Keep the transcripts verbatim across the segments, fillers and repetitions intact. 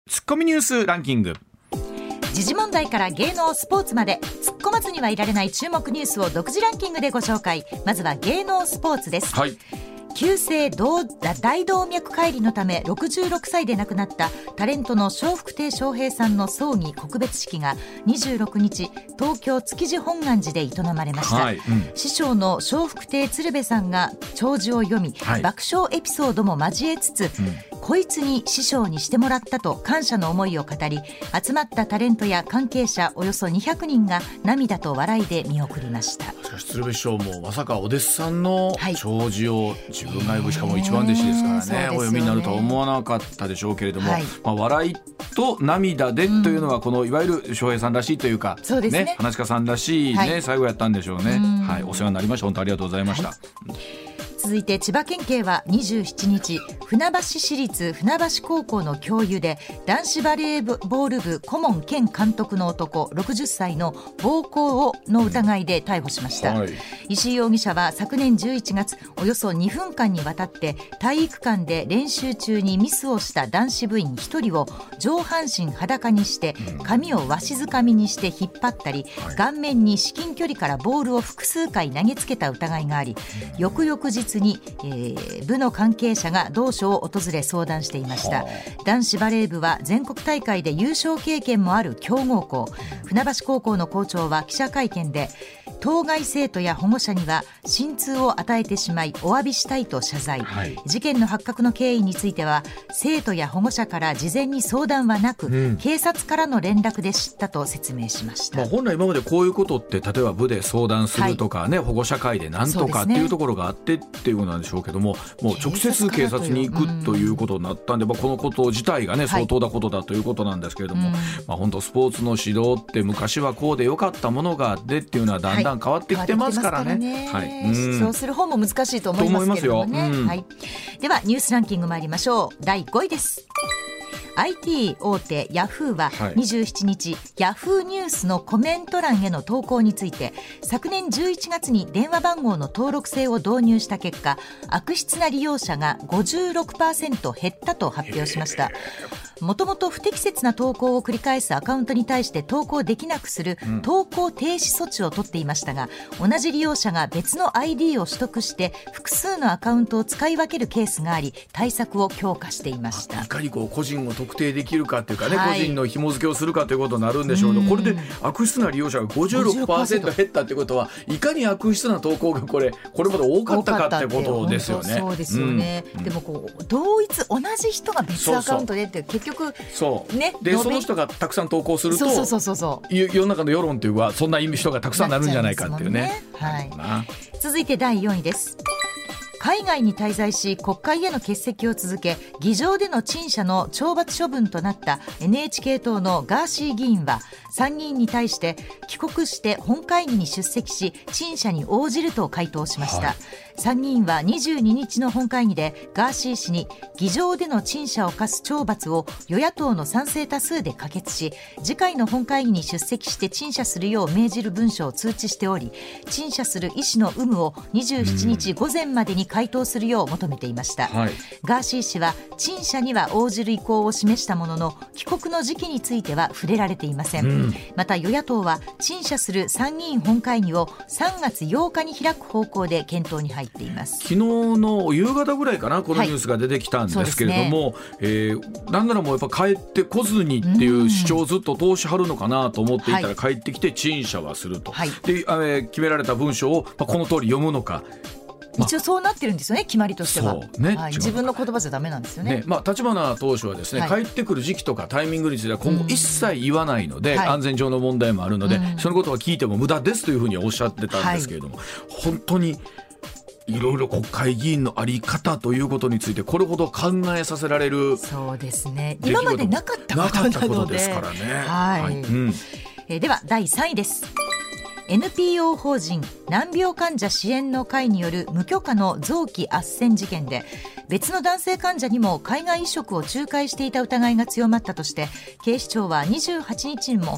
ツッコミニュースランキング。 時事問題から芸能スポーツまで突っ込まずにはいられない注目ニュースを独自ランキングでご紹介。まずは芸能スポーツです、 はい、 急性大動脈解離のためろくじゅうろくさいで亡くなったタレントの笑福亭笑瓶さんの葬儀告別式がにじゅうろくにち東京築地本願寺で営まれました、はい、うん、師匠の笑福亭鶴瓶さんが弔辞を読み、はい、爆笑エピソードも交えつつ、うん、こいつに師匠にしてもらったと感謝の思いを語り、集まったタレントや関係者およそにひゃくにんが涙と笑いで見送りました。 しかし鶴瓶師匠もまさかお弟子さんの弔辞を自分が呼ぶ、しかも一番弟子ですからね、えー、お読みになるとは思わなかったでしょうけれども、はい、まあ、笑いと涙でというのはこのいわゆる笑瓶さんらしいというか、 そうですね、 ね、噺家さんらしい、ね、はい、最後やったんでしょうね。はい、お世話になりました。本当ありがとうございました。はい、 続いて千葉県警はにじゅうしちにち船橋市立船橋高校の教諭で男子バレーボール部顧問兼監督の男ろくじゅっさいの暴行をの疑いで逮捕しました、はい、石井容疑者は昨年じゅういちがつおよそにふんかんにわたって体育館で練習中にミスをした男子部員ひとりを上半身裸にして髪をわしづかみにして引っ張ったり、はい、顔面に至近距離からボールを複数回投げつけた疑いがあり、翌々日に、えー、部の関係者が同所を訪れ相談していました。男子バレー部は全国大会で優勝経験もある強豪校。船橋高校の校長は記者会見で、当該生徒や保護者には心痛を与えてしまいお詫びしたいと謝罪、はい、事件の発覚の経緯については生徒や保護者から事前に相談はなく、うん、警察からの連絡で知ったと説明しました。 まあ、本来今までこういうことって例えば部で相談するとかね、はい、保護者会でなんとかっていうところがあってっていうことなんでしょうけども、もう直接警察に行くということになったんで、まあ、このこと自体がね相当なことだということなんですけれども、はい、まあ、本当スポーツの指導って昔はこうでよかったものがあってっていうのはだんだん変わってきてますからね。 はい、指導する方も難しいと思いますけれどもね。うん、はい、ではニュースランキング参りましょう。だいごいです。アイティー 大手ヤフーはにじゅうしちにち、はい、ヤフーニュースのコメント欄への投稿について昨年じゅういちがつに電話番号の登録制を導入した結果、悪質な利用者が ごじゅうろくパーセント 減ったと発表しました。もともと不適切な投稿を繰り返すアカウントに対して投稿できなくする投稿停止措置を取っていましたが、同じ利用者が別の アイディー を取得して複数のアカウントを使い分けるケースがあり、対策を強化していました。 いかにこう個人を特定できるかというかね、はい、個人の紐付けをするかということになるんでしょうけど、これで悪質な利用者が ごじゅうろくパーセント 減ったということは、いかに悪質な投稿がこれこれまで多かったかってことですよね。 そうですよね、うん、でもこう同一同じ人が別アカウントでって結局そうね、でその人がたくさん投稿すると、 そうそうそうそう世の中の世論というかそんな人がたくさんなるんじゃないかっていうね。 はい、続いてだいよんいです。海外に滞在し国会への欠席を続け、議場での陳謝の懲罰処分となった エヌエイチケー 党のガーシー議員は参議院に対して帰国して本会議に出席し陳謝に応じると回答しました、はい、参議院はにじゅうににちの本会議でガーシー氏に議場での陳謝を課す懲罰を与野党の賛成多数で可決し、次回の本会議に出席して陳謝するよう命じる文書を通知しており、陳謝する意思の有無をにじゅうしちにち午前までに回答するよう求めていました、はい、ガーシー氏は陳謝には応じる意向を示したものの帰国の時期については触れられていません、うん、また与野党は陳謝する参議院本会議をさんがつようかに開く方向で検討に入っています。 昨日の夕方ぐらいかな、このニュースが出てきたんですけれども、はい、えー、なんならもうやっぱ帰ってこずにっていう主張をずっと通しはるのかなと思っていたら、帰ってきて陳謝はすると、はい、で、えー、決められた文章を、まあ、この通り読むのか、 一応そうなってるんですよね、決まりとしては。そうね、はい、自分の言葉じゃダメなんですよね。 ね、まあ、立花党首はですね、はい、帰ってくる時期とかタイミングについては今後一切言わないので、うん、安全上の問題もあるので、はい、そのことは聞いても無駄ですというふうにおっしゃってたんですけれども、はい、本当にいろいろ国会議員のあり方ということについてこれほど考えさせられる、 そうですね、今までなかったことなので、なかったことですからね。はい、はい、うん、えー、ではだいさんいです。エヌピーオー 法人難病患者支援の会による無許可の臓器斡旋事件で、別の男性患者にも海外移植を仲介していた疑いが強まったとして、警視庁はにじゅうはちにちにも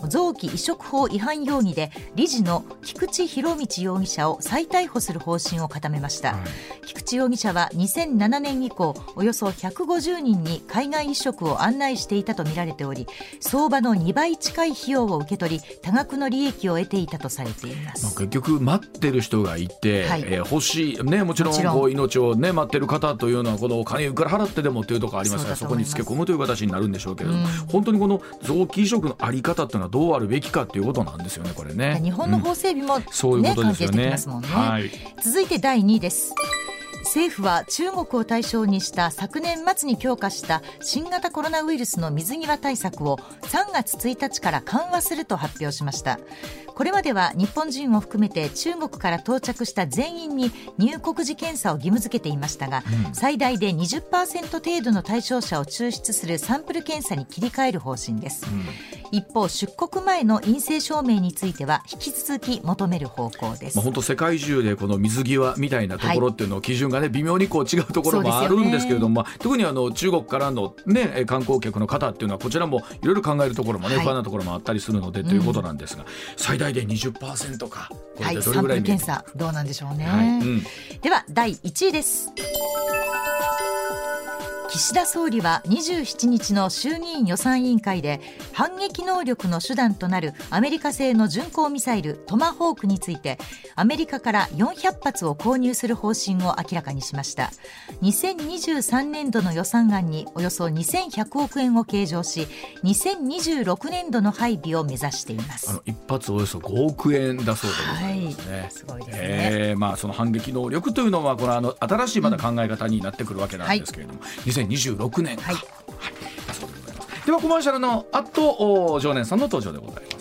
臓器移植法違反容疑で理事の菊池仁道容疑者を再逮捕する方針を固めました、はい、菊池容疑者はにせんななねん以降およそひゃくごじゅうにんに海外移植を案内していたとみられており、相場のにばい近い費用を受け取り多額の利益を得ていたとされています。 まあ、結局待ってる人がいて、はい、えー、欲しい、ね、もちろんこう命を、ね、待ってる方というのはこのお金いくら払ってでもというところありますから、 そ, そこにつけ込むという形になるんでしょうけれども、うん、本当にこの臓器移植のあり方というのはどうあるべきかということなんですよね、これね。 日本の法整備も、ね、うん、 そういうことですよね。 関係してきますもんね、 はい、 続いてだいにいです。政府は中国を対象にした昨年末に強化した新型コロナウイルスの水際対策をさんがつついたちから緩和すると発表しました。これまでは日本人を含めて中国から到着した全員に入国時検査を義務付けていましたが、うん、最大で にじゅっパーセント 程度の対象者を抽出するサンプル検査に切り替える方針です、うん、一方出国前の陰性証明については引き続き求める方向です。 まあ、本当世界中でこの水際みたいなところっていうのを基準が、ね、微妙にこう違うところもあるんですけれども、ね、まあ、特にあの中国からの、ね、観光客の方っていうのはこちらもいろいろ考えるところもね、はい、不安なところもあったりするので、うん、ということなんですが、最大で にじゅっパーセント か、これでどれぐらいに、 はい、サンプル検査どうなんでしょうね、 はい、うん、 ではだいいちいです。岸田総理はにじゅうしちにちの衆議院予算委員会で反撃能力の手段となるアメリカ製の巡航ミサイルトマホークについてアメリカからよんひゃくはつを購入する方針を明らかにしました。にせんにじゅうさんねんどの予算案におよそにせんひゃくおくえんを計上し、にせんにじゅうろくねんどの配備を目指しています。 あの一発およそごおくえんだそうでございますね、 はい、すごいですね、 えーまあ、その反撃能力というのはこのあの新しいまだ考え方になってくるわけなんですけれども、うん、はい、にせんにじゅうろくねん、はいはい、だそうでございます。ではコマーシャルの後、常念さんの登場でございます。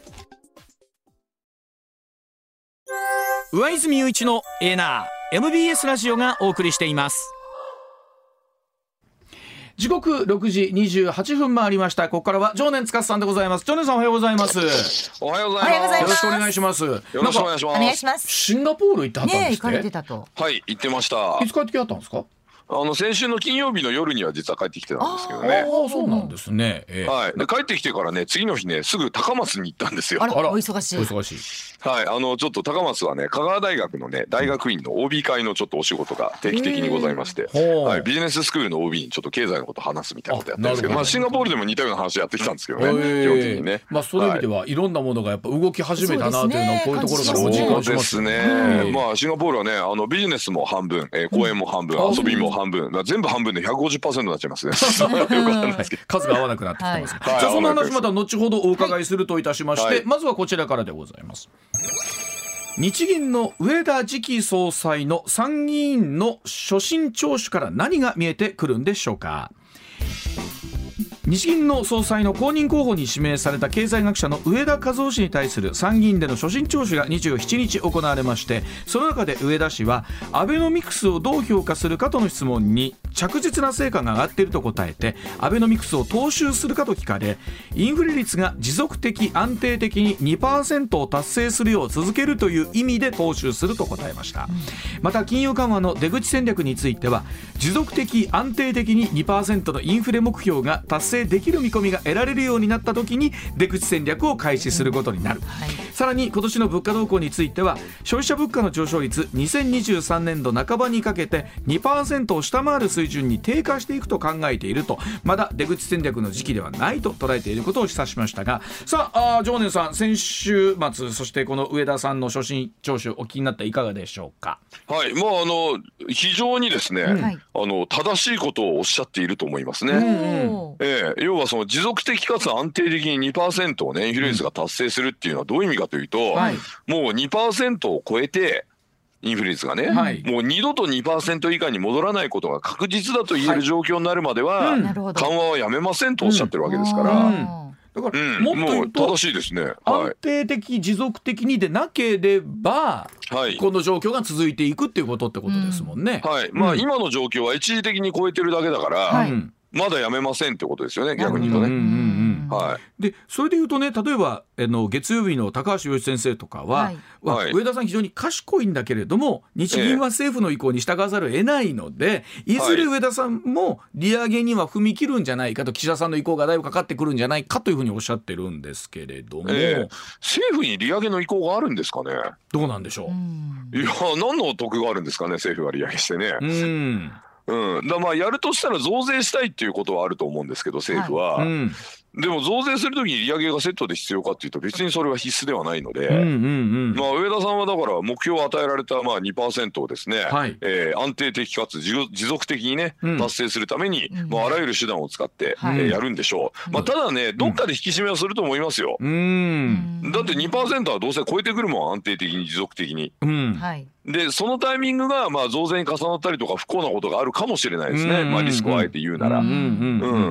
上泉雄一のエナー エムビーエス ラジオがお送りしています。 時刻ろくじにじゅうはちふん回りました。ここからは常念司さんでございます。常念さんおはようございます。 おはようございます。 よろしくお願いします。よろしくお願いします。 お願いします。 シンガポール行ってはったんですって、ね、 行かれてたと。 はい、行ってました。 いつ帰ってきはったんですか？ あの先週の金曜日の夜には実は帰ってきてたんですけどね。 ああ、そうなんですね、えーはい、で帰ってきてからね、次の日ねすぐ高松に行ったんですよ。 あら、お忙しい。 お忙しい。 はい、あのちょっと高松はね、香川大学のね大学院の オービー 会のちょっとお仕事が定期的にございまして、はい、ビジネススクールの オービー にちょっと経済のことを話すみたいなことやってるんですけど、まあ、シンガポールでも似たような話やってきたんですけどね、基本的にね。 まあ、そういう意味では、はい、いろんなものがやっぱ動き始めたなというのはこういうところからも実感します。 そうですね、まあ、シンガポールはね、あのビジネスも半分、えー、公演も半分、うん、遊びも半分、全部半分で ひゃくごじゅっパーセント になっちゃいますね。よくわかんないですけど、 数が合わなくなってきてます、はい、じゃあその話また後ほどお伺いするといたしまして、はい、まずはこちらからでございます。日銀の植田次期総裁の参議院の所信聴取から何が見えてくるんでしょうか。日銀の総裁の後任候補に指名された経済学者の植田和男氏に対する参議院での所信聴取がにじゅうしちにち行われまして、その中で植田氏はアベノミクスをどう評価するかとの質問に着実な成果が上がっていると答えて、アベノミクスを踏襲するかと聞かれ、インフレ率が持続的安定的に にパーセント を達成するよう続けるという意味で踏襲すると答えました。また金融緩和の出口戦略については、持続的安定的に にパーセント のインフレ目標が達成できる見込みが得られるようになった時に出口戦略を開始することになる、はい、さらに今年の物価動向については、消費者物価の上昇率にせんにじゅうさんねんど半ばにかけて にパーセント を下回る水準に低下していくと考えていると、まだ出口戦略の時期ではないと捉えていることを示唆しましたが、さあ、あ常念さん、先週末そしてこの植田さんの所信聴取お聞きになっていかがでしょうか。 はい、まあ、あの非常にですね、うん、あの正しいことをおっしゃっていると思いますね、うんうん、えー、要はその持続的かつ安定的に にパーセント をねインフレ率が達成するっていうのはどういう意味かというと、はい、もう にパーセント を超えてインフレ率がね、はい、もう二度と にパーセント 以下に戻らないことが確実だと言える状況になるまでは、はい、うん、緩和はやめませんとおっしゃってるわけですから、うんうん、 だから、うん、もっと言うと正しいですね、はい、 安定的持続的にでなければ、はい、この状況が続いていくっていうことってことですもんね、 うん、はい、まあ、うん、今の状況は一時的に超えてるだけだから、はい、まだやめませんってことですよね、逆に言うとね。 はい、 でそれでいうとね、例えばあの月曜日の高橋洋一先生とかは、はいはい、上田さん非常に賢いんだけれども日銀は政府の意向に従わざるを得ないので、えー、いずれ上田さんも利上げには踏み切るんじゃないかと、岸田さんの意向がだいぶかかってくるんじゃないかというふうにおっしゃってるんですけれども、 えー、政府に利上げの意向があるんですかね。 どうなんでしょう。 いや何の得があるんですかね、政府が利上げしてね。 うんうん、だまあやるとしたら増税したいっていうことはあると思うんですけど政府は、はい、うん、でも増税するときに利上げがセットで必要かっていうと別にそれは必須ではないので、うんうんうん、まあ、上田さんはだから目標を与えられたまあ にパーセント をですね、はい、えー、安定的かつ持続的にね、うん、達成するために、うん、まあ、あらゆる手段を使って、うん、えー、やるんでしょう、うん、まあ、ただねどっかで引き締めはすると思いますよ、うん、だって にパーセント はどうせ超えてくるもん、安定的に持続的に、うん、はい、でそのタイミングがまあ増税に重なったりとか不幸なことがあるかもしれないですね、まあ、リスクをあえて言うなら。うん、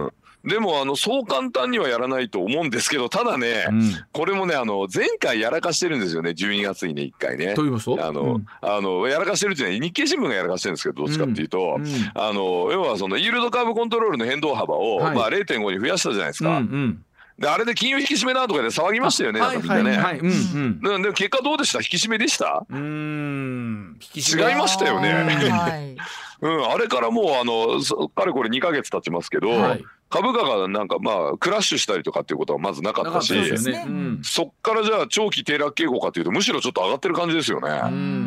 でもあのそう簡単にはやらないと思うんですけど、ただね、うん、これもねあの前回やらかしてるんですよね、じゅうにがつにねいっかいね。 と言いますと、 あの、うん、あのやらかしてるっていうのは日経新聞がやらかしてるんですけど、どっちかっていうと、うんうん、あの要はそのイールドカーブコントロールの変動幅を、はい、まあ ゼロてんご に増やしたじゃないですか。うんうん、であれで金融引き締めだとかで騒ぎましたよね、なんかみんなね。はいはいはい、うんうん、で結果どうでした？引き締めでした？うーん、引き締め違いましたよね。はい、うん、あれからもうあのかれこれにかげつ経ちますけど、はい、株価がなんかまあクラッシュしたりとかっていうことはまずなかったし、ね、うん、そっからじゃあ長期低落傾向かというとむしろちょっと上がってる感じですよね。うん、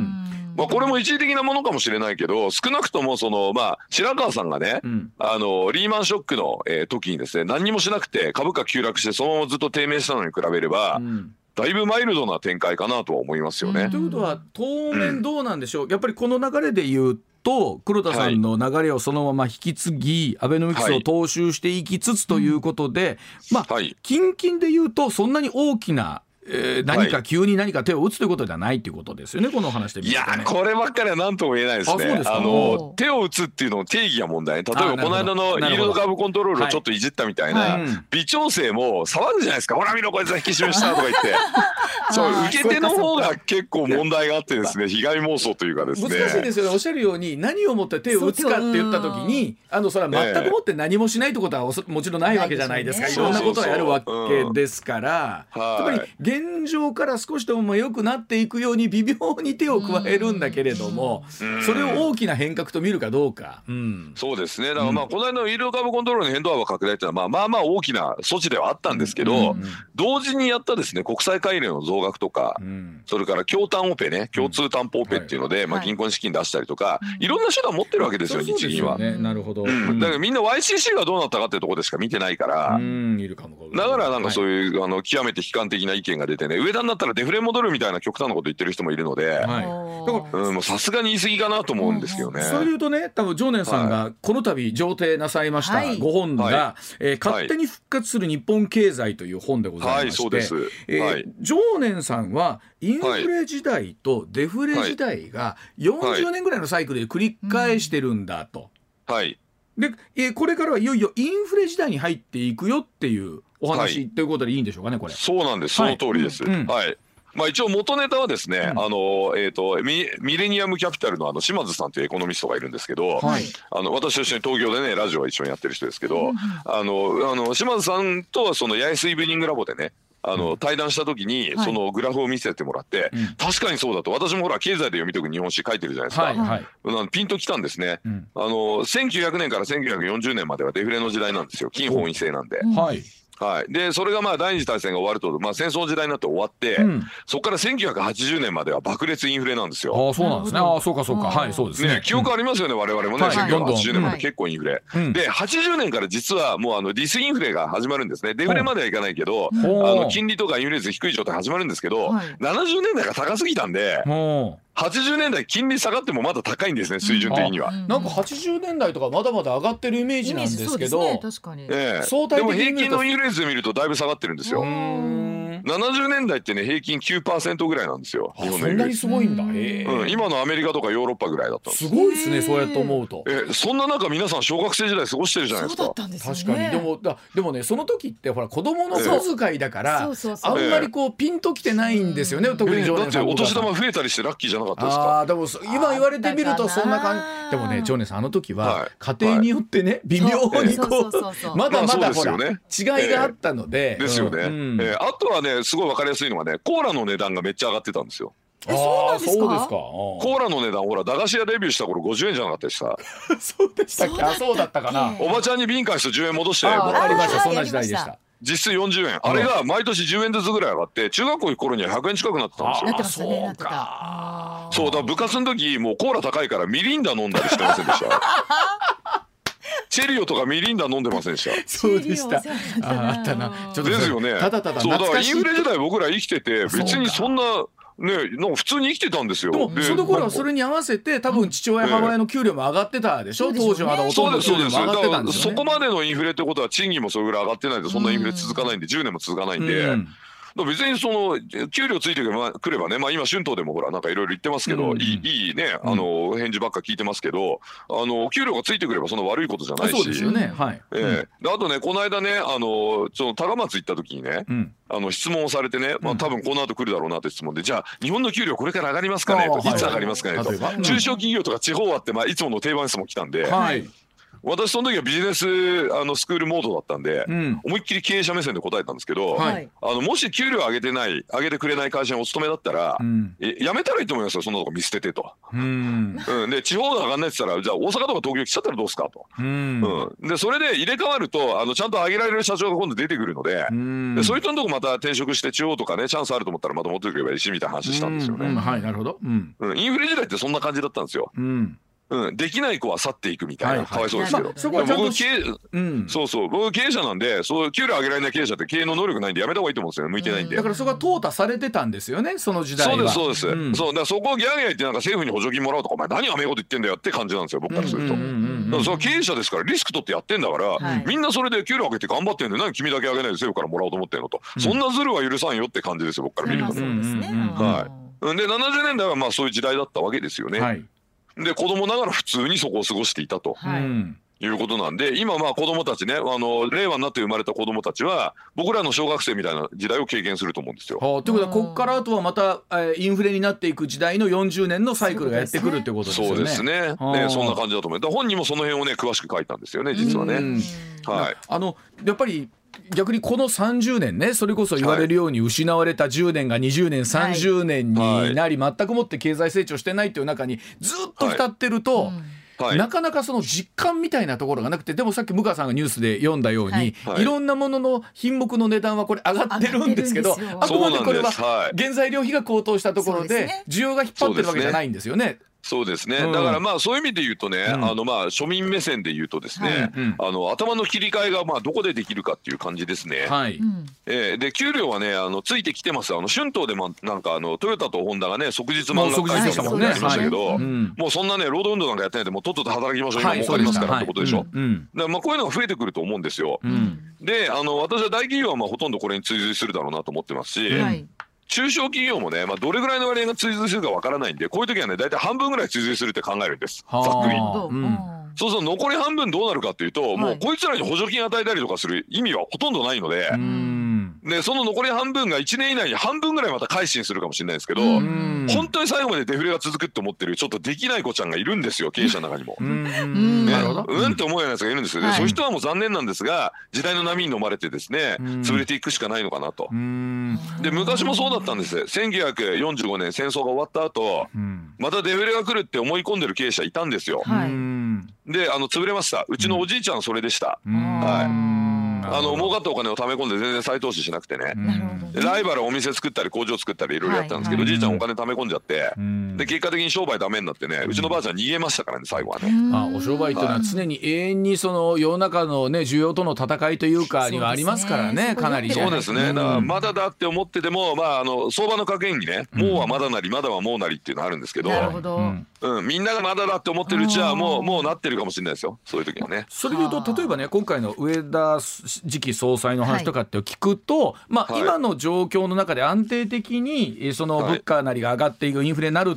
まあ、これも一時的なものかもしれないけど、少なくともその、まあ、白川さんがね、うん、あのリーマンショックの、えー、時にですね、何にもしなくて株価急落してそのままずっと低迷したのに比べれば、うん、だいぶマイルドな展開かなとは思いますよね。うん、 ということは当面どうなんでしょう、うん、やっぱりこの流れで言うと黒田さんの流れをそのまま引き継ぎ、はい、アベノミクスを踏襲していきつつということで、はい、まあ、はい、近々で言うとそんなに大きなえー、何か急に何か手を打つということではないということですよね、この話で見るとね。 いやこればっかりは何とも言えないですね。 あ, あの手を打つっていうの定義が問題。例えばこの間のイールドカーブコントロールをちょっといじったみたいな、はいはい、微調整も騒ぐじゃないですか。ほら見ろこいつは引き締めしたとか言ってそう受け手の方が結構問題があってですね、被害妄想というかですね、 難しいですよね。おっしゃるように何をもって手を打つかって言った時に、あのそれは全くもって何もしないってことはもちろんないわけじゃないですか。いろんなことはやるわけですから、うん、やっぱり現状から少しでも良くなっていくように微妙に手を加えるんだけれども、それを大きな変革と見るかどうか、うん、 そうですね。だからまあこの間のイールドカーブコントロールの変動幅拡大っていうのはまあまあまあ大きな措置ではあったんですけど、うんうん、同時にやったですね国債買い入れの増額とか、うん、それから共担オペね、共通担保オペっていうので、うん、まあ銀行に資金出したりとか、はい、いろんな手段持ってるわけですよ、日銀は。 なるほど、 うん、だからみんな ワイシーシー がどうなったかっていうところでしか見てないから、うん、いるかもだからなんかそういう、はい、あの極めて悲観的な意見が出てね、上段だったらデフレ戻るみたいな極端なこと言ってる人もいるので、さすがに言い過ぎかなと思うんですけどね。 そういうとね、多分常念さんがこの度上呈なさいましたご本が、はい、えー、勝手に復活する日本経済という本でございまして、はい、そうです、えーはい、常念さんはインフレ時代とデフレ時代がよんじゅうねんぐらいのサイクルで繰り返してるんだと、はい、で、えー、これからはいよいよインフレ時代に入っていくよっていうお話、はい、ということでいいんでしょうかね。これそうなんです、その通りです、はい、うん、はい。まあ、一応元ネタはですね、うん、あのえー、と ミ, ミレニアムキャピタルのあの島津さんというエコノミストがいるんですけど、はい、あの私と一緒に東京でねラジオは一緒にやってる人ですけど、うん、あのあの島津さんとはその八重洲イブニングラボでねあの、うん、対談した時にそのグラフを見せてもらって、はい、確かにそうだと。私もほら経済で読み解く日本史書いてるじゃないですか、はいはい、ピンときたんですね、うん、あのせんきゅうひゃくねんからせんきゅうひゃくよんじゅうねんまではデフレの時代なんですよ。金本位制なんで、はい、はい、でそれがまあ第二次大戦が終わると、まあ、戦争の時代になって終わって、うん、そこからせんきゅうひゃくはちじゅうねんまでは爆裂インフレなんですよ。 ああそうなんですね。ああそうかそうか、はい、そうですね。 ね、記憶ありますよね、うん、我々もね、はい、せんきゅうひゃくはちじゅうねんまで結構インフレ、はい、ではちじゅうねんから実はもうあのディスインフレが始まるんですね。デフレまではいかないけど、うん、あの金利とかインフレ率低い状態始まるんですけど、はい、ななじゅうねんだいが高すぎたんで、はちじゅうねんだい金利下がってもまだ高いんですね、水準的には、うん、 なんかはちじゅうねんだいとかまだまだ上がってるイメージなんですけど、ね、確かに、ええ、でも平均のインフレ率で見るとだいぶ下がってるんですよ。ななじゅうねんだいってね平均 きゅうパーセント ぐらいなんですよ、日本のインフレ。そんなにすごいんだ。へー、うん、今のアメリカとかヨーロッパぐらいだったんです。 すごいですね、そうやって思うと。 えそんな中皆さん小学生時代過ごしてるじゃないですか。 そうだったんですね。 確かに。でもだでもねその時ってほら子供の小遣いだから、えー、あんまりこうピンときてないんですよね、えー、特に常連さん。 だってお年玉増えたりしてラッキーじゃなかったですか。 あでも今言われてみるとそんな感でもね常念さんあの時は家庭によってね、はい、微妙にこうまだまだほら、まあね、違いがあったので、 えー、ですよね、うんえー、あとはねすごい分かりやすいのがねコーラの値段がめっちゃ上がってたんですよ。 えそうなんですか。 そうですか。 コーラの値段ほら駄菓子屋デビューした頃ごじゅうえんじゃなかったでしたそうでしたっけ。あそうだったかな。 おばちゃんに瓶返してじゅうえん戻してあありました。そんな時代でした。 実質よんじゅうえん、あれが毎年じゅうえんずつぐらい上がって中学校行く頃にはひゃくえん近くなってたんですよ。 なってましたね。なってた。 そうだ部活の時もうコーラ高いからミリンダ飲んだりしてませんでしたチェリオとかミリンダ飲んでませんでした。 そうでした。ああったな。 ちょっとですよね。 ただただそうだからインフレ時代僕ら生きてて別にそんなね、なんか普通に生きてたんですよ。 でもその頃はそれに合わせて多分父親母親の給料も上がってたでしょ、当時はまだお父さんの給料も上がってたんですよね。 そこまでのインフレってことは賃金もそれぐらい上がってないとそんなインフレ続かないんでじゅうねんも続かないんで、うん別にその給料ついてくればね、まあ、今春闘でもほらなんかいろいろ言ってますけど、うん、いいいいねあの返事ばっか聞いてますけど、あの給料がついてくればそんな悪いことじゃないし。 そうですよね。はい。 えー、あとねこの間ねあのその高松行った時にね、うん、あの質問をされてね、まあ、多分この後来るだろうなって質問で、じゃあ日本の給料これから上がりますかねと、いつ上がりますかねと、中小企業とか地方はってまあいつもの定番質問来たんで。はい私その時はビジネスあのスクールモードだったんで、うん、思いっきり経営者目線で答えたんですけど、はい、あのもし給料上げてない上げてくれない会社にお勤めだったら、うん、えやめたらいいと思いますよそんなとこ見捨ててと、うんうん、で地方が上がんないって言ったらじゃあ大阪とか東京来ちゃったらどうすかと、うんうん、でそれで入れ替わるとあのちゃんと上げられる社長が今度出てくるので、うん、でそういう人のとこまた転職して地方とかねチャンスあると思ったらまた持ってくればいいしみたいな話したんですよね、 うんうん、はいなるほど、うんうん、インフレ時代ってそんな感じだったんですよ、うんうん、できない子は去っていくみたいな、はいはい、かわいそうですけど、まあ、そこは僕経営、うん、そうそう僕経営者なんでそう給料上げられない経営者って経営の能力ないんでやめた方がいいと思うんですよね。向いてないんで、 だからそこは淘汰されてたんですよねその時代は。 そうですそうです、うん、そうだからそこをギャーギャー言ってなんか政府に補助金もらうとかお前何アメこと言ってんだよって感じなんですよ僕からすると。だからその経営者ですからリスク取ってやってんだから、はい、みんなそれで給料上げて頑張ってんで何君だけ上げないで政府からもらおうと思ってんのと、うん、そんなズルは許さんよって感じですよ僕から見ると。はいでななじゅうねんだいはまあそういう時代だったわけですよね。はいで子供ながら普通にそこを過ごしていたと、はい、いうことなんで今まあ子供たちねあの令和になって生まれた子供たちは僕らの小学生みたいな時代を経験すると思うんですよ。 はあ、ということはここからあとはまた、えー、インフレになっていく時代のよんじゅうねんのサイクルがやってくるってことですよね。 そうですね。ねそんな感じだと思う。だ本人もその辺をね詳しく書いたんですよね実はね。はい、 あのやっぱり逆にこのさんじゅうねんねそれこそ言われるように失われたじゅうねんがにじゅうねんさんじゅうねんになり全くもって経済成長してないっていう中にずっと浸ってると、はいはい、なかなかその実感みたいなところがなくて、でもさっき向川さんがニュースで読んだように、はいはい、いろんなものの品目の値段はこれ上がってるんですけど、あくまでこれは原材料費が高騰したところで需要が引っ張ってるわけじゃないんですよね。 そうですね、うん、だからまあそういう意味で言うとね、うん、あのまあ庶民目線で言うとですね、はい、あの頭の切り替えがまあどこでできるかっていう感じですね、はいえー、で給料はねあのついてきてます。あの春闘でもなんかあのトヨタとホンダがね即日満額解消とかありましたけど、もうそんなね労働運動なんかやってないでもうとっとと働きましょう、今儲かりますからってことでしょ、はいうんうん、だからまあこういうのが増えてくると思うんですよ、うん、であの私は大企業はまあほとんどこれに追随するだろうなと思ってますし、はい中小企業もね、まあ、どれぐらいの割合が追随するかわからないんでこういう時はね大体半分ぐらい追随するって考えるんですざっくり、うん、そうそう残り半分どうなるかっていうと、はい、もうこいつらに補助金与えたりとかする意味はほとんどないので、でその残り半分がいちねん以内に半分ぐらいまた改心するかもしれないですけど、本当に最後までデフレが続くって思ってるちょっとできない子ちゃんがいるんですよ経営者の中にも。うんね、うんって思うようなやつがいるんですよ、はい、そういう人はもう残念なんですが時代の波に飲まれてですね潰れていくしかないのかなと。で昔もそうだったんです。せんきゅうひゃくよんじゅうごねん戦争が終わった後、うん、またデフレが来るって思い込んでる経営者いたんですよ、はい、であの潰れました。うちのおじいちゃんそれでした、うん、はいあの儲かったお金を貯め込んで全然再投資しなくてね、でライバルお店作ったり工場作ったりいろいろやったんですけど、はいはい、おじいちゃんお金貯め込んじゃって、うん、で結果的に商売ダメになってね、うちのばあちゃん逃げましたからね最後はね。 あお商売っていうのは常に永遠にその世の中のね需要との戦いというかにはありますからね、かなりね。 そうですね。だからまだだって思ってても、まああの相場の格言にね、もうはまだなりまだはもうなりっていうのあるんですけど、なるほど、うんうん、みんながまだだって思ってるうちはもうもうなってるかもしれないですよ、そういう時はね。 それでいうと例えばね今回の上田次期総裁の話とかって聞くと、はいまあ、今の状況の中で安定的にその物価なりが上がっていくインフレになるっ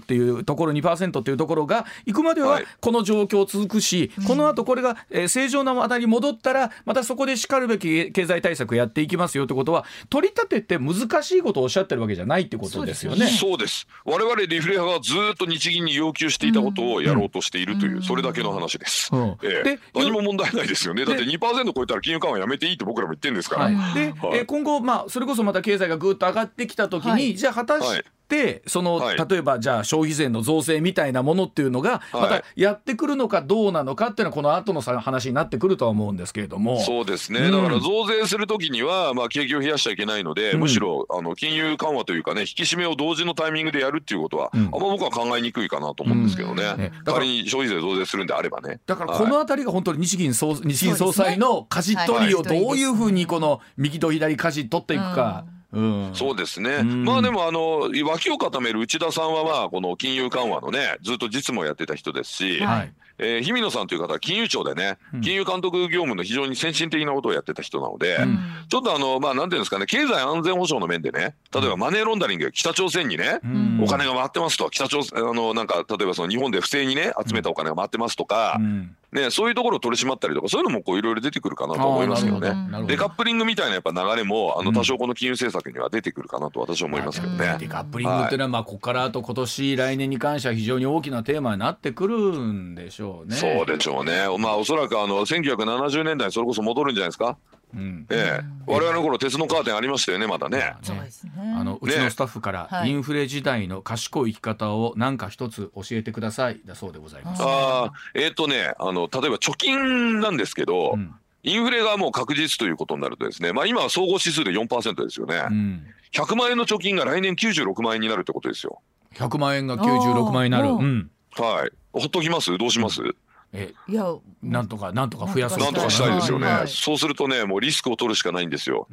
っていうところ にパーセント っていうところがいくまではこの状況続くし、はい、この後これが、えー、正常な話題に戻ったらまたそこでしかるべき経済対策やっていきますよってことは、取り立てて難しいことをおっしゃってるわけじゃないってことですよね。 そうです。我々リフレ派がずっと日銀に要求していたことをやろうとしているという、うん、それだけの話です、うんえー、で何も問題ないですよね。だって にパーセント 超えたら金融緩和やめていいって僕らも言ってるんですから、 はいではいえー、今後、まあ、それこそまた経済がぐっと上がってきた時に、はい、じゃあ果たして、はいでその、はい、例えばじゃあ消費税の増税みたいなものっていうのがまたやってくるのかどうなのかっていうのはこの後の話になってくるとは思うんですけれども。 そうですね、うん、だから増税するときには、まあ、景気を冷やしちゃいけないので、うん、むしろあの金融緩和というかね引き締めを同時のタイミングでやるっていうことは、うん、あんま僕は考えにくいかなと思うんですけどね、うんねだから仮に消費税増税するんであればね。 だからこのあたりが本当に日銀総、日銀総裁の舵取りをどういうふうにこの右と左舵取っていくか、うんうん、そうですね、うん、まあでもあの脇を固める内田さんはまあこの金融緩和のねずっと実務をやってた人ですし、はいえー、日比野さんという方は金融庁でね、うん、金融監督業務の非常に先進的なことをやってた人なので、うん、ちょっとあのまあなんていうんですかね経済安全保障の面でね例えばマネーロンダリング北朝鮮にね、うん、お金が回ってますと北朝鮮あのなんか例えばその日本で不正にね集めたお金が回ってますとか、うんね、そういうところを取り締まったりとかそういうのもこういろいろ出てくるかなと思いますけどね。デカップリングみたいなやっぱ流れもあの多少この金融政策には出てくるかなと私は思いますけどね、 うん、デカップリングっていうのは、まあ、ここからあと今年来年に関しては非常に大きなテーマになってくるんでしょうね。 そうでしょうね。まあおそらくあのせんきゅうひゃくななじゅうねんだいにそれこそ戻るんじゃないですか。うんええ、我々の頃鉄のカーテンありましたよねまだね。 そうですね。 あのうちのスタッフから、ね、インフレ時代の賢い生き方を何か一つ教えてくださいだそうでございます。 あえーとねあの例えば貯金なんですけど、うん、インフレがもう確実ということになるとですね、まあ、今は総合指数で よんパーセント ですよね、うん、ひゃくまん円の貯金が来年きゅうじゅうろくまん円になるってことですよ。 ひゃくまん円がきゅうじゅうろくまん円になる、うん、 はいほっときますどうします、うんえいやなんとかなんとか増やすなんとかしたいですよね、はい、そうするとねもうリスクを取るしかないんですよ。うん、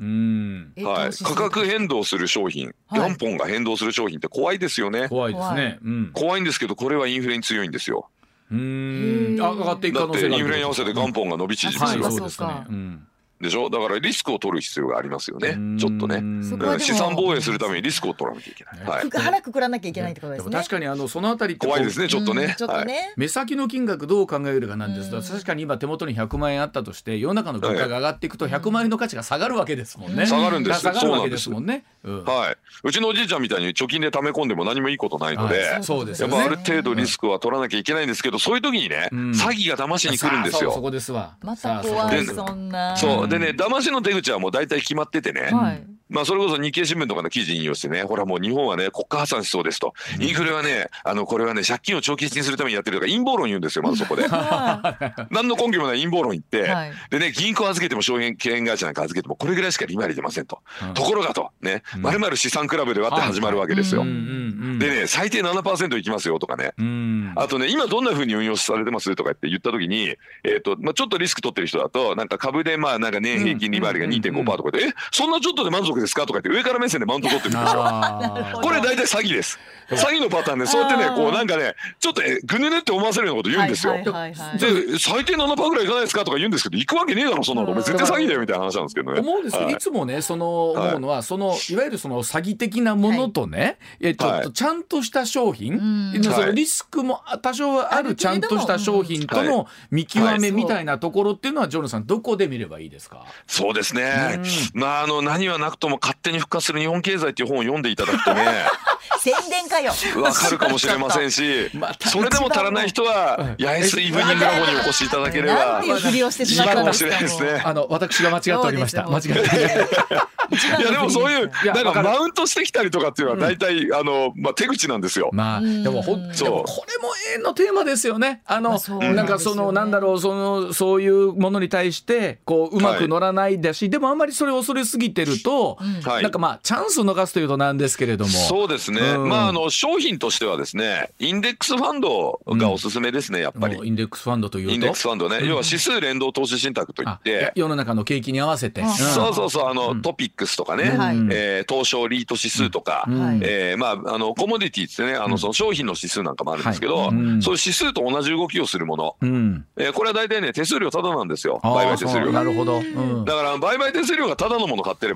はい、価格変動する商品、はい、元本が変動する商品って怖いですよね。 怖いですね、うん、 怖いんですけどこれはインフレに強いんですよ。 うーんあ上がっていく可能性がある。 だってインフレに合わせて元本が伸び縮みする、 はい、そうですね、うんでしょ。だからリスクを取る必要がありますよね。ちょっとね資産防衛するためにリスクを取らなきゃいけない、はい、 腹くくらなきゃいけないってことですね。 でも確かにあのそのあたりって怖いですねちょっとね、 ちょっとね、はい、 目先の金額どう考えるかなんですが確かに今手元にひゃくまん円あったとして世の中の物価が上がっていくとひゃくまん円の価値が下がるわけですもんね、うん、 下がるんです下がるわけですもんね、うん、 はい、うちのおじいちゃんみたいに貯金で溜め込んでも何もいいことないので、はい、 そうですよね、 やっぱある程度リスクは取らなきゃいけないんですけど、うん、そういう時にね、うん、詐欺が騙しに来るんですよ。 そこですわ。 また怖いそんな。 そうでね騙しの手口はもう大体決まっててね、はい、まあそれこそ日経新聞とかの記事引用してねほらもう日本はね国家破産しそうですと、うん、インフレはねあのこれはね借金を長期化にするためにやってるとか陰謀論言うんですよまずそこで何の根拠もない陰謀論言って、はい、でね銀行預けても証券会社なんか預けてもこれぐらいしか利回り出ませんと、うん、ところがとねまるまる資産クラブではって始まるわけですよ、はい、でね最低 ななパーセント いきますよとかね、うん、あとね今どんな風に運用されてますとかって言った時に、えーとまあ、ちょっとリスク取ってる人だとなんか株でまあなんか年平均利回りが にてんごパーセント とかで、えそんなちょっとで満足ですかとかって上から目線でマウント取ってるんですよこれ大体詐欺です。詐欺のパターンでそうやってねこうなんかねちょっとぐぬぬって思わせるようなこと言うんですよ、はいはいはいはい、で最低 ななパーセント ぐらいいかないですかとか言うんですけど行くわけねえだろそんなの絶対詐欺だよみたいな話なんですけどね。 思うんですけど、はい、いつもねその思うのは、はい、そのいわゆるその詐欺的なものとね、はい、ちょっとちゃんとした商品、はい、そのリスクも多少はあるちゃんとした商品との見極めみたいなところっていうのはジョルさんどこで見ればいいですか。 そうですね、うん、まああの何はなくとも勝手に復活する日本経済っていう本を読んでいただくとね宣伝かよわかるかもしれませんしそれでも足らない人は八重洲イブニングラボにお越しいただければなんていうふりをしてしまったんですか。 いいかもしれないですね。 あの私が間違っておりました。間違っていやでもそういうなんかマウントしてきたりとかっていうのは大体、うん、あのまあ手口なんですよ。 まあでもほんでもこれも永遠のテーマですよね。あの、まあ、なんかそのなんだろうそのそういうものに対してこううまく乗らないだし、はい、でもあんまりそれを恐れすぎてると、うん、なんかまあチャンスを逃すというとなんですけれども。 そうですね。うん、まああの商品としてはですねインデックスファンドがおすすめですね、うん、やっぱり。 インデックスファンドというとインデックスファンドね、うん、要は指数連動投資信託といって世の中の景気に合わせて、うん、 そうそうそうあの、うん、トピックスとかね、うんえー、東証リート指数とか、うんえーまあ、あのコモディティってねあのその商品の指数なんかもあるんですけど、うんはい、そういう指数と同じ動きをするもの、うんえー、これは大体ね手数料タダなんですよ売買手数料が。 なるほど、うん、 だから売買手数料がタダのもの買ってればそんなに変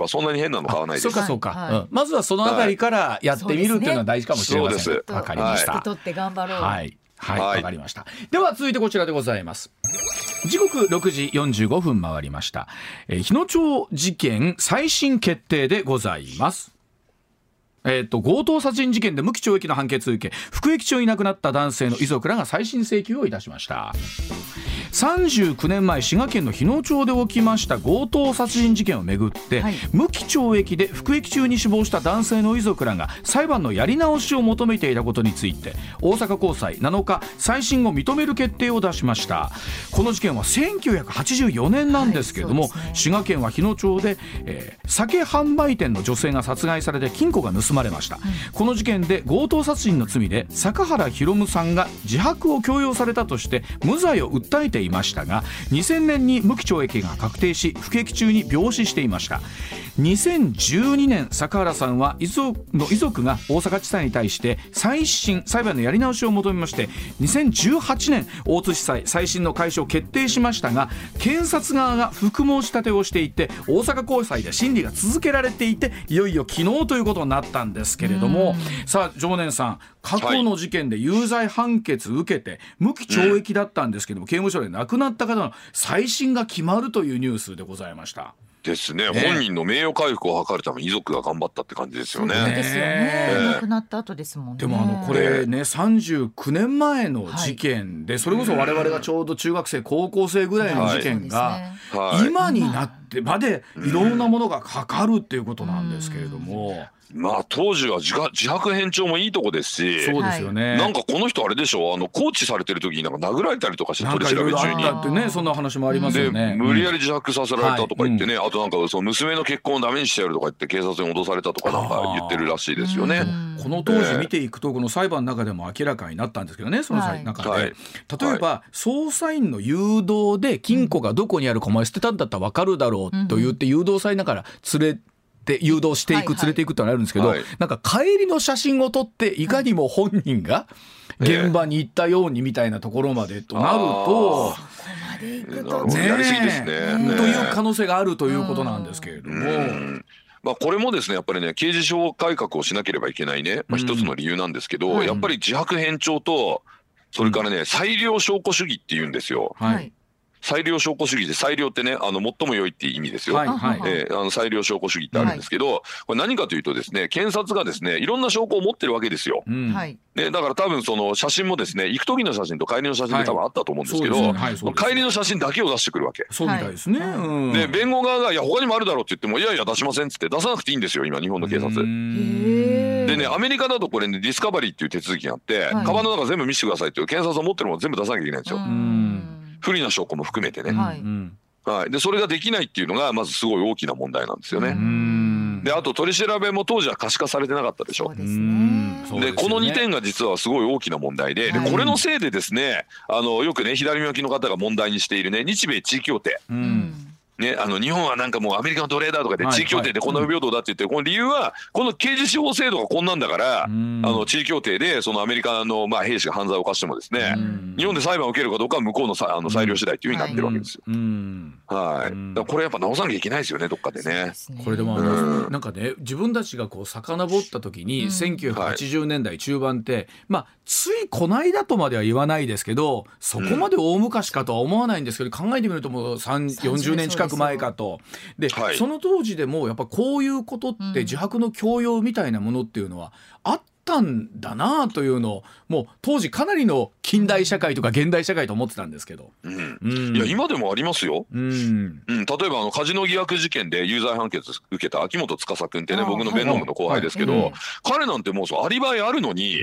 変なの買わないです。 そうかそうか、 はいはい、 うん、まずはそのあたりからやってみるっていうのは大事かもしれません。 そうです。 わかりました。 受け取って頑張ろう。 はいはい、わ、 はい、 かりました。では続いてこちらでございます。時刻ろくじよんじゅうごふん回りました。えー、日野町事件再審決定でございます。えー、と強盗殺人事件で無期懲役の判決を受け服役中に亡くなった男性の遺族らが再審請求をいたしました。さんじゅうきゅうねんまえ滋賀県の日野町で起きました強盗殺人事件をめぐって、はい、無期懲役で服役中に死亡した男性の遺族らが裁判のやり直しを求めていたことについて大阪高裁なのか再審を認める決定を出しました。この事件はせんきゅうひゃくはちじゅうよねんなんですけれども、はいね、滋賀県は日野町で、えー、酒販売店の女性が殺害されて金庫が盗まれました。はい、この事件で強盗殺人の罪で坂原弘さんが自白を強要されたとして無罪を訴えていましたがにせんねんに無期懲役が確定し服役中に病死していました。にせんじゅうにねん坂原さんは遺族の遺族が大阪地裁に対して再審裁判のやり直しを求めましてにせんじゅうはちねん大津地裁再審の開始を決定しましたが検察側が複申し立てをしていて大阪高裁で審理が続けられていていよいよ昨日ということになったんですけれども、さあ常念さん過去の事件で有罪判決受けて無期懲役だったんですけども、うん、刑務所で亡くなった方の再審が決まるというニュースでございましたですね。本人の名誉回復を図るために遺族が頑張ったって感じですよね。 そうですよね、えー、亡くなった後ですもんね。 でもあのこれねさんじゅうきゅうねんまえの事件で、はい、それこそ我々がちょうど中学生高校生ぐらいの事件が今になってまでいろんなものがかかるっていうことなんですけれども、 まあ当時は 自, 自白返聴もいいとこですし、 そうですよね。 なんかこの人あれでしょ、あの拘置されてる時になんか殴られたりとかして取り調べ中にだってね、そんな話もありますよね。 で無理やり自白させられたとか言ってね、はい、あとなんかその娘の結婚をダメにしてやるとか言って警察に脅されたとかなんか言ってるらしいですよね。 この当時見ていくとこの裁判の中でも明らかになったんですけどね、その中で、はい、例えば、はい、捜査員の誘導で金庫がどこにあるかお前捨てたんだったら分かるだろうと言って誘導されながら連れで誘導していく、連れていくってのがあるんですけど、はいはい、なんか帰りの写真を撮っていかにも本人が現場に行ったようにみたいなところまでとなると、 えー、 ねやりすぎですね、ねという可能性があるということなんですけれども、 まあ、これもですねやっぱりね刑事司法改革をしなければいけないね、まあ、一つの理由なんですけど、うん、やっぱり自白返聴とそれからね、うん、裁量証拠主義っていうんですよ。はい裁量証拠主義で裁量ってねあの最も良いっていう意味ですよ、はいはいえー、あの裁量証拠主義ってあるんですけど、はい、これ何かというとですね検察がですねいろんな証拠を持ってるわけですよ、うんね、だから多分その写真もですね行く時の写真と帰りの写真で多分あったと思うんですけど、はいはい、帰りの写真だけを出してくるわけ。 そうみたいですね、はいうん、 で弁護側がいや他にもあるだろうって言ってもいやいや出しませんっつって出さなくていいんですよ今日本の警察でね。アメリカだとこれねディスカバリーっていう手続きがあって、はい、カバンの中全部見せてくださいっていう検察が持ってるもの全部出さなきゃいけないんですよ。うん不利な証拠も含めてね、はいはい、でそれができないっていうのがまずすごい大きな問題なんですよね。うんであと取り調べも当時は可視化されてなかったでしょ。そうですね。でこのにてんが実はすごい大きな問題 で,、はい、でこれのせいでですねあのよくね左向きの方が問題にしているね日米地位協定、うんね、あの日本はなんかもうアメリカの奴隷だとかで地位協定でこんな不平等だって言ってるこの理由はこの刑事司法制度がこんなんだからあの地位協定でそのアメリカのまあ兵士が犯罪を犯してもですね日本で裁判を受けるかどうかは向こうのさあの裁量次第という風になってるわけですよ。はい、だからこれやっぱ直さなきゃいけないですよねどっかでね。 これでもあのなんかね自分たちがこう遡った時にせんきゅうひゃくはちじゅうねんだい中盤ってまあついこないだとまでは言わないですけどそこまで大昔かとは思わないんですけど考えてみるともうよんじゅうねん近く前かと。で、はい、その当時でもやっぱこういうことって自白の強要みたいなものっていうのはあったんだなというのをもう当時かなりの近代社会とか現代社会と思ってたんですけど、 うんうん、いや今でもありますよ、うんうん、例えばあのカジノ疑惑事件で有罪判決受けた秋元司君ってね僕の弁護部の後輩ですけど、はいはいうん、彼なんてもうそうアリバイあるのに、うん、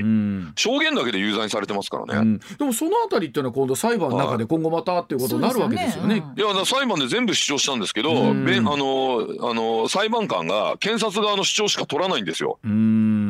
証言だけで有罪にされてますからね、うん、 でもそのあたりっていうのは今度裁判の中で今後またっていうことになるわけですよね。 いやだ裁判で全部主張したんですけど、うん、あのあの裁判官が検察側の主張しか取らないんですよ。うん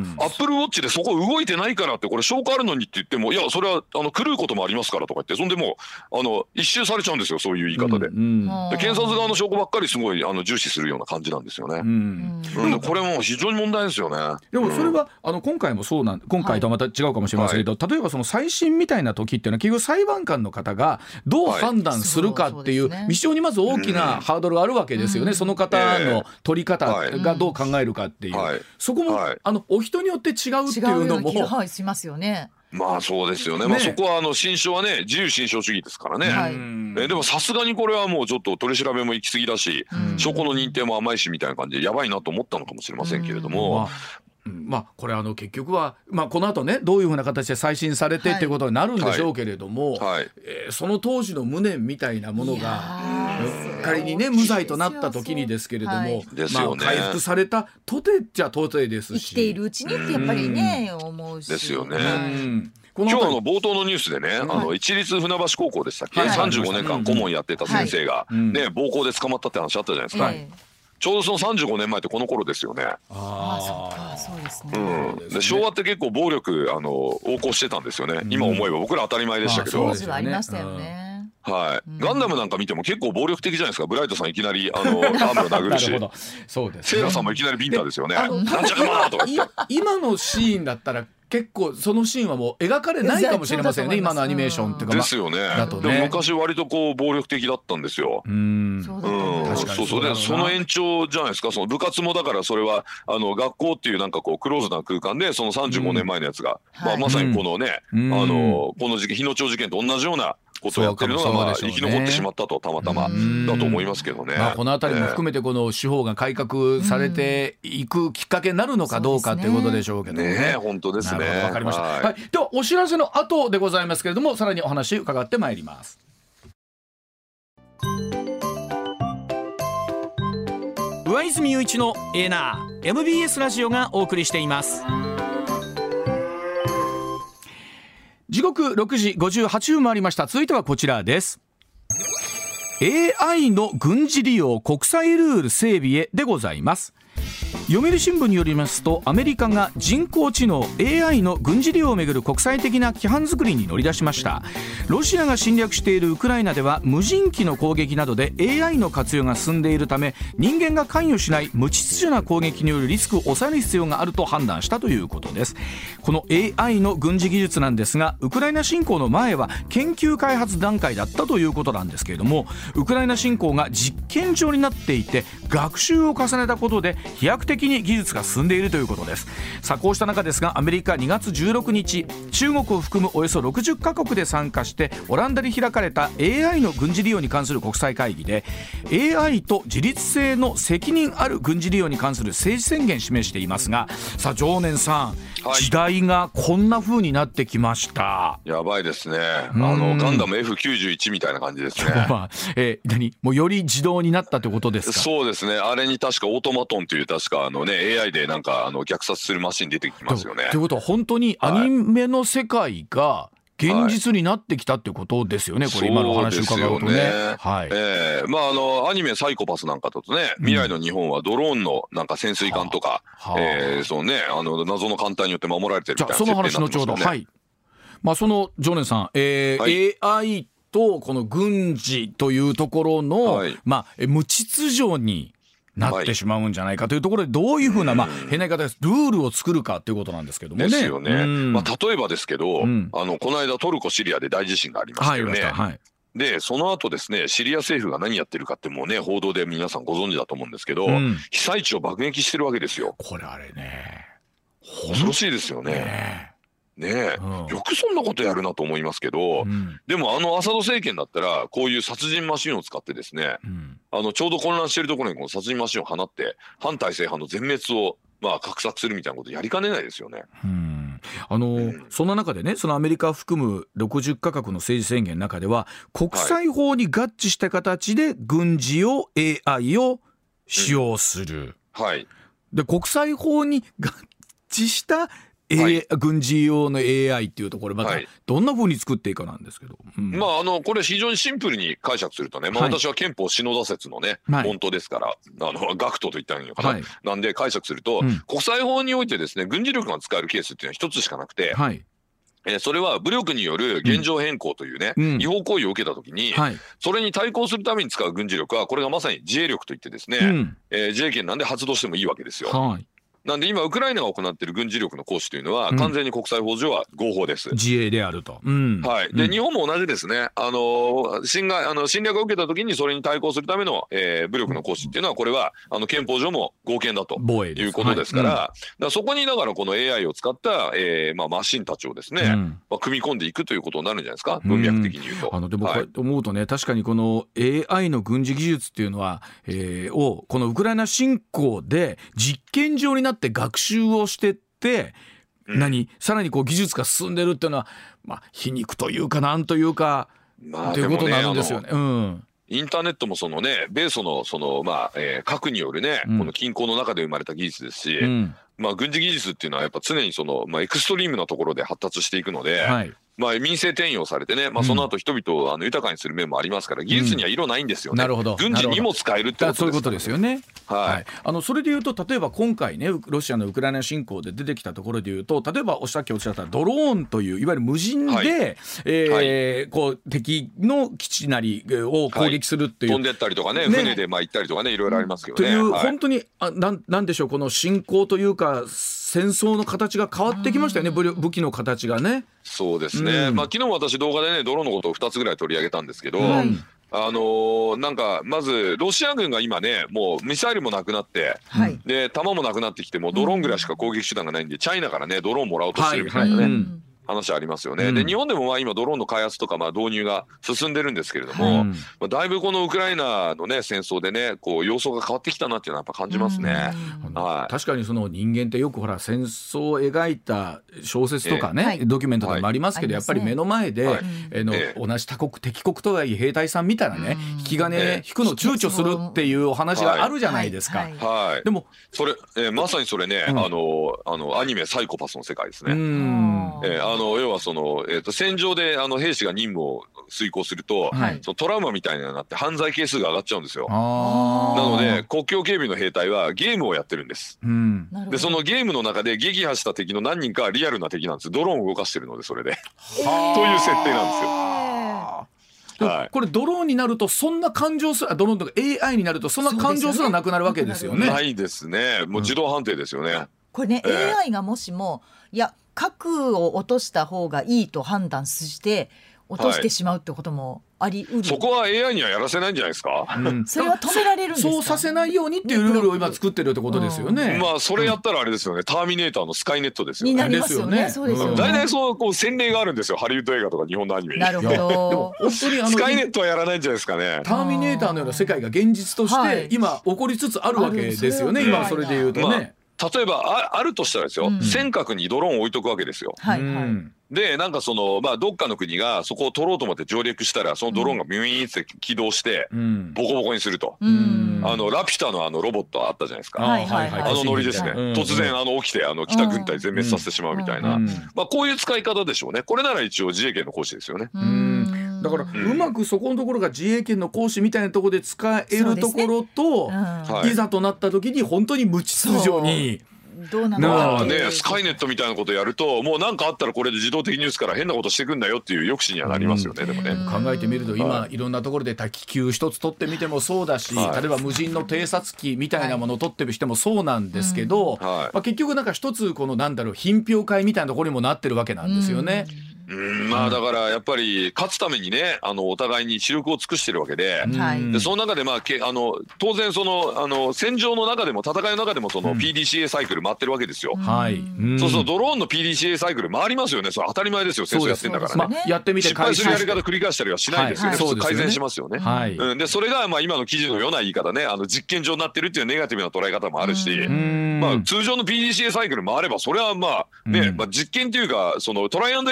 アップルウォッチでそこ動いてないからってこれ証拠あるのにって言ってもいやそれはあの狂うこともありますからとか言ってそんでもうあの一周されちゃうんですよそういう言い方で、うんうん、で検察側の証拠ばっかりすごいあの重視するような感じなんですよね、うんうん、これも非常に問題ですよね。 でもそれは、うん、あの今回もそうなん今回とはまた違うかもしれませんけど、はい、例えばその再審みたいな時っていうのは結局裁判官の方がどう判断するかっていう、はい、非常にまず大きなハードルがあるわけですよね、うん、その方の取り方がどう考えるかっていう、はい、そこも、はい、あのお人によって違うっていうのも違うような気がしますよね。 まあそうですよね。まあそこはあの心証はね自由心証主義ですからね。はい、えでもさすがにこれはもうちょっと取り調べも行き過ぎだし、証拠の認定も甘いしみたいな感じでやばいなと思ったのかもしれませんけれども。 まあ、これあの結局は、まあ、この後ねどういうふうな形で再審されてっていうことになるんでしょうけれども、はいはいえー、その当時の無念みたいなものが仮にね無罪となった時にですけれども、はいまあ、回復されたとてっちゃとてですし生きているうちにってやっぱりね思うしですよね、うん今日の冒頭のニュースでね、うん、あの一律船橋高校でしたっけ、はい、さんじゅうごねんかん顧問やってた先生が、はいね、暴行で捕まったって話あったじゃないですか、はいちょうどそのさんじゅうごねんまえってこの頃ですよね。 ああ、そっか、そうですね。 うん、で昭和って結構暴力あの横行してたんですよね。うん、今思えば僕ら当たり前でしたけど。 まあ、当時はありましたよね。 はい、うん、ガンダムなんか見ても結構暴力的じゃないですか。ブライトさんいきなりあのアームを殴るしそうです、ね、 セイラさんもいきなりビンタですよね。なんちゃらまーとか言って今のシーンだったら結構そのシーンはもう描かれないかもしれませんね今のアニメーションっていうか、 ですよね。だとねでも昔割とこう暴力的だったんですよ。うんそうそうそうでその延長じゃないですか。その部活もだからそれはあの学校っていうなんかこうクローズな空間でそのさんじゅうごねんまえのやつが、うんまあ、まさにこのね、うん、あのこの事件日野町事件と同じようなことをやってるのがまあ生き残ってしまったとたまたまだと思いますけどね、まあ、 このあたりも含めてこの司法が改革されていくきっかけになるのかどうかっていうことでしょうけどね。 ね本当ですね。 わかりました、はいはい、ではお知らせの後でございますけれどもさらにお話伺ってまいります。 上泉雄一のエーナー エムビーエス ラジオがお送りしています。 時刻ろくじごじゅうはちふん回りました。続いてはこちらです。 エーアイ の軍事利用国際ルール整備へでございます。読売新聞によりますとアメリカが人工知能 エーアイ の軍事利用をめぐる国際的な規範作りに乗り出しました。ロシアが侵略しているウクライナでは無人機の攻撃などで エーアイ の活用が進んでいるため人間が関与しない無秩序な攻撃によるリスクを抑える必要があると判断したということです。この エーアイ の軍事技術なんですがウクライナ侵攻の前は研究開発段階だったということなんですけれどもウクライナ侵攻が実験場になっていて学習を重ねたことで飛躍的に技術が進んでいるということです。さあこうした中ですがアメリカにがつじゅうろくにち中国を含むおよそろくじゅっかこくで参加してオランダで開かれた エーアイ の軍事利用に関する国際会議で エーアイ と自律性の責任ある軍事利用に関する政治宣言を示していますがさあ常念さん、はい、時代がこんな風になってきました。 やばいですね。あのガンダム エフきゅうじゅういち みたいな感じですね。 まあえー、何もうより自動になったということですか。 そうですね。あれに確かオートマトンという確かあの、ね、エーアイ でなんかあの虐殺するマシン出てきますよね。 ということは本当にアニメの世界が現実になってきたってことですよね、はい、これ今の話を伺うとね。はいえーまあ、あのアニメサイコパスなんかだとね未来の日本はドローンのなんか潜水艦とか、はあえーそうね、あの謎の艦隊によって守られてるみたいな設定になってますよね。 じゃあその話のちょうど、はいまあ、その常念さん、えーはい、エーアイ とこの軍事というところの、はいまあ、無秩序になってしまうんじゃないかというところでどういうふうな、まあ、変な言い方ですルールを作るかということなんですけどもね。 ですよね、まあ、例えばですけど、うん、あのこの間トルコシリアで大地震がありましたよね、はいはい、でその後ですねシリア政府が何やってるかってもうね報道で皆さんご存知だと思うんですけど、うん、被災地を爆撃してるわけですよ。 これあれね恐ろしいですよね。ねねえ、うん、よくそんなことやるなと思いますけど、うん、でもあのアサド政権だったらこういう殺人マシンを使ってですね、うん、あのちょうど混乱しているところにこの殺人マシンを放って反体制派の全滅をまあ画策するみたいなことやりかねないですよね。 うんあの、うん、そんな中でねそのアメリカを含むろくじゅっかこくの政治宣言の中では国際法に合致した形で軍事用 エーアイ を使用する、 うんはい、 で国際法に合致した A はい、 軍事用の エーアイ っていうところまたどんな風に作っていくかなんですけど、 うん、まああのこれ非常にシンプルに解釈するとね、まあ、私は憲法篠田説のね、はい、本当ですから、あの学徒といったらいいのかな、はい、なんで解釈すると、うん、国際法においてですね軍事力が使えるケースっていうのは一つしかなくて、はい、えー、それは武力による現状変更というね、うん、違法行為を受けたときに、はい、それに対抗するために使う軍事力はこれがまさに自衛力といってですね、うん、えー、自衛権なんで発動してもいいわけですよ。はい、なんで今ウクライナが行っている軍事力の行使というのは完全に国際法上は合法です、うん、 自衛であると、うん、 はい、で、うん、日本も同じですね。あの侵害あの侵略を受けた時にそれに対抗するための、えー、武力の行使っていうのはこれはあの憲法上も合憲だということですから、はい、うん、だからそこにだからこの エーアイ を使った、えーまあ、マシンたちをですね、うん、まあ、組み込んでいくということになるんじゃないですか、文脈的に言うと。 あのでもこれ思うとね、はい、確かにこの エーアイ の軍事技術っていうのは、えー、をこのウクライナ侵攻で実験場になって学習をしてって、うん、何さらにこう技術が進んでるっていうのは、まあ、皮肉というかなんというか、まあ、ということになるんですよね。うん、 インターネットもそのね米ソのそのまあ、えー、核によるね、うん、この均衡の中で生まれた技術ですし、うん、まあ軍事技術っていうのはやっぱ常にそのまあエクストリームなところで発達していくので、はい、まあ、民政転用されてね、まあ、その後人々をあの豊かにする面もありますから、技術には色ないんですよね、うん、なるほど、軍事にも使えるってことです、ね、 そういうことですよね。 はいはい、 あのそれでいうと例えば今回ねロシアのウクライナ侵攻で出てきたところでいうと、例えばおっしゃっておっしゃったドローンといういわゆる無人で、はい、えーはい、こう敵の基地なりを攻撃するっていう、 はい、飛んでったりとか ね, ね船でまあ行ったりとかね、いろいろありますけどね。 という、 はい、 本当にあ な, なんでしょう、この侵攻というか戦争の形が変わってきましたよね、武器の形がね。 そうですね、うん、まあ、昨日私動画でねドローンのことをふたつぐらい取り上げたんですけど、はい、あのー、なんかまずロシア軍が今ねもうミサイルもなくなって、はい、で弾もなくなってきてもうドローンぐらいしか攻撃手段がないんで、チャイナからねドローンもらおうとしてるみたいなね、はいはい、うん、話ありますよね、うん、で日本でもまあ今ドローンの開発とかまあ導入が進んでるんですけれども、うん、まあ、だいぶこのウクライナのね戦争でねこう様相が変わってきたなっていうのはやっぱ感じますね、 うん、はい、確かにその人間ってよくほら戦争を描いた小説とかね、えー、ドキュメントとかもありますけど、はい、やっぱり目の前で、はい、えー、のえー、同じ他国敵国とはいえ兵隊さん見たらね、引き金、えー、引くの躊躇するっていうお話があるじゃないですか、はいはいはい、でもそれ、えー、まさにそれね、うん、あのあのアニメサイコパスの世界ですね。うん、えー、あの要はそのえー、と戦場であの兵士が任務を遂行すると、はい、そのトラウマみたいになって犯罪係数が上がっちゃうんですよ。なので国境警備の兵隊はゲームをやってるんです、うん、でそのゲームの中で撃破した敵の何人かはリアルな敵なんです。ドローンを動かしてるのでそれでという設定なんですよ。はい、これドローンになるとそんな感情すらドローンとか エーアイ になるとそんな感情すらなくなるわけですよね。 ないですね、もう自動判定ですよね、うん、 これね、えー、エーアイ がもしもいや核を落とした方がいいと判断して落としてしまうってこともあり得る、はい、 そこは エーアイ にはやらせないんじゃないですか、 うん、それは止められるんですか。 そうさせないようにっていうルールを今作ってるってことですよね、 うん、まあそれやったらあれですよね、ターミネーターのスカイネットですよね。 になりますよね。そうですよね。 大体そうこう先例があるんですよ、ハリウッド映画とか日本のアニメに。 なるほど。でも本当にあのスカイネットはやらないんじゃないですかね。 ターミネーターのような世界が現実として今起こりつつあるわけですよね、今それで言うとね、まあ例えば あ, あるとしたらですよ、うん、尖閣にドローンを置いとくわけですよ、はいはい、でなんかその、まあ、どっかの国がそこを取ろうと思って上陸したらそのドローンがビュイーンって起動してボコボコにすると、うん、あのラピュタのあのロボットあったじゃないですか、はいはいはい、あのノリですね、うん、突然あの起きてあの北軍隊全滅させてしまうみたいな、うん、まあ、こういう使い方でしょうね。これなら一応自衛権の行使ですよね。うん、 だから、うん、うまくそこのところが自衛権の行使みたいなところで使えるところと、ね、うん、いざとなった時に本当に無秩序にどうなのまあね、スカイネットみたいなことやるともう何かあったらこれで自動的に打つから変なことしてくんだよっていう抑止にはなりますよね、うん、でもね考えてみると今、はい、いろんなところで気球一つ取ってみてもそうだし、はい、例えば無人の偵察機みたいなものを取ってみてもそうなんですけど、はい、まあ、結局なんか一つこのなんだろう品評会みたいなところにもなってるわけなんですよね。 うん、まあだからやっぱり勝つためにねあのお互いに視力を尽くしてるわけで、うん、でその中でまあけあの当然そのあの戦場の中でも戦いの中でもその ピーディーシーエー サイクル回ってるわけですよ、うん、はい、うん、そうそうドローンの ピーディーシーエー サイクル回りますよね。それ当たり前ですよ、戦争やってんだからね、まあ、 やってみて失敗するやり方繰り返したりはしないですよね、はいはい、普通改善しますよね、はい、うん、でそれがまあ今の記事のような言い方ねあの実験場になってるっていうネガティブな捉え方もあるし、うん、まあ、通常の ピーディーシーエー サイクル回ればそれはまあね、うん、まあ、実験というかそのトライアンドエラーになります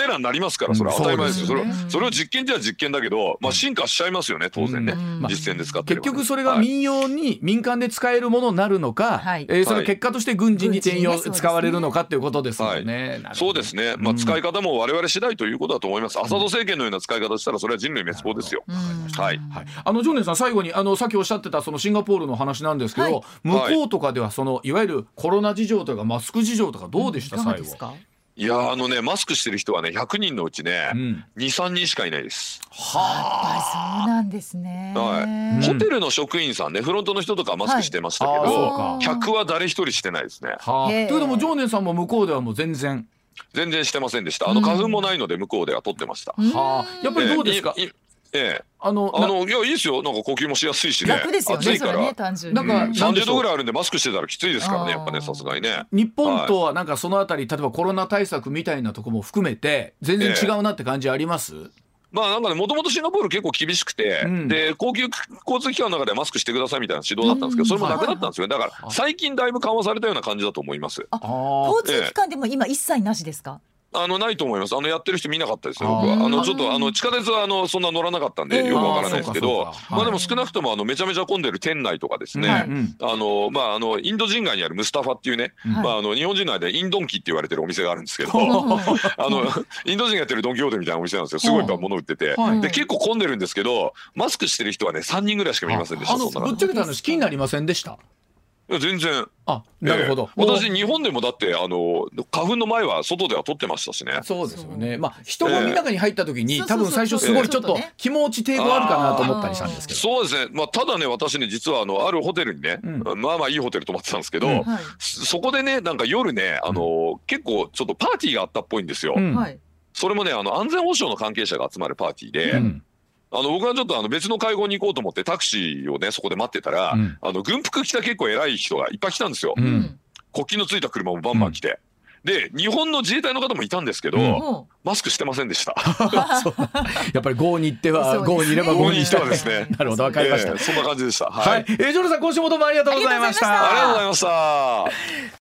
ますから、それは当たり前ですよ。それを、 うんそれを実験じゃ実験だけど、まあ進化しちゃいますよね、当然ね。 うん実践で使ってればね、 結局それが民用に民間で使えるものになるのか、 はいえーそれ結果として軍事に転用、 軍事にね使われるのかっていうことですよね。 はいなるほどそうですね、まあ、使い方も我々次第ということだと思います。アサド政権のような使い方したらそれは人類滅亡ですよ。 うんはいはい、あの常念さん最後にあのさっきおっしゃってたそのシンガポールの話なんですけど、 はい向こうとかではそのいわゆるコロナ事情とかマスク事情とかどうでした、 いかが最後。 ですか？ いやーあのねマスクしてる人はねひゃくにんのうちね、 うんにさんにんしかいないです。 やっぱりそうなんですね。 はいうんホテルの職員さんね、フロントの人とかはマスクしてましたけはいあーそうど、 か客は誰一人してないですね。 はあ、とへーいうことも常念さんも向こうではもう全然、 全然してませんでした。あの花粉もないので向こうでは取ってました。 うんはあ、やっぱりどうですか、 えーいいええあのあのいやいいですよ。なんか呼吸もしやすいしね。 楽ですよね。それ暑いから、 ね単純に。 なんかうんさんじゅうどぐらいあるんでマスクしてたらきついですからね、やっぱね、 あーさすがにね。 日本とはなんかそのあたり、例えばコロナ対策みたいなところも含めて全然違うなって感じあります、 まあなんかね、もともとシンガポール結構厳しくて、 うんで高級交通機関の中ではマスクしてくださいみたいな指導だったんですけど、それもなくなったんですよね。だから最近だいぶ緩和されたような感じだと思います。 ああー交通機関でも今一切なしですか？ あのないと思います。あのやってる人見なかったですよ、 あー僕は。あのちょっあーとあの地下鉄はあのそんな乗らなかったんでえーよくわからないですけど、 あーそうかそうかまあでも少なくともあのめちゃめちゃ混んでる店内とかですね、 はいうんあのまああのインド人街にあるムスタファっていうね、 はいまああの日本人の間でインドンキって言われてるお店があるんですけど、あのインド人がやってるドン・キホーテみたいなお店なんですよ。すごいいっぱい物売ってて、 はいで結構混んでるんですけど、マスクしてる人はねさんにんぐらいしか見ませんでした。 あのそんな中ぶっちゃけた話気になりませんでした？ いや全然。 あ、なるほど、 ええ私日本でもだってあの花粉の前は外では撮ってましたしね。 そうですよね。まあ人混みの中に入った時に、 ええ多分最初すごいちょっとそうそうそう気持ち抵抗あるかなと思ったりしたんですけど。 そうですね、まあ、ただね私ね実はあのあるホテルにね、 うまあまあいいホテル泊まってたんですけど、 うんはいそそこでねなんか夜ねあの、結構ちょっとパーティーがあったっぽいんですよ。 うんはい。 それもねあの安全保障の関係者が集まるパーティーで、 うんあの僕はちょっとあの別の会合に行こうと思ってタクシーをねそこで待ってたら、 うんあの軍服着た結構偉い人がいっぱい来たんですよ。 うんうん国旗のついた車もバンバン来て、で日本の自衛隊の方もいたんですけど、 うんもマスクしてませんでした。 やっぱり郷に行ってはそうですね郷にいれば郷にし郷にしててははですね。 なるほど、わかりました。 ええそんな感じでした。 はい、えージョルさん今週もどうもありがとうございました。 ありがとうございましたありがとうございました。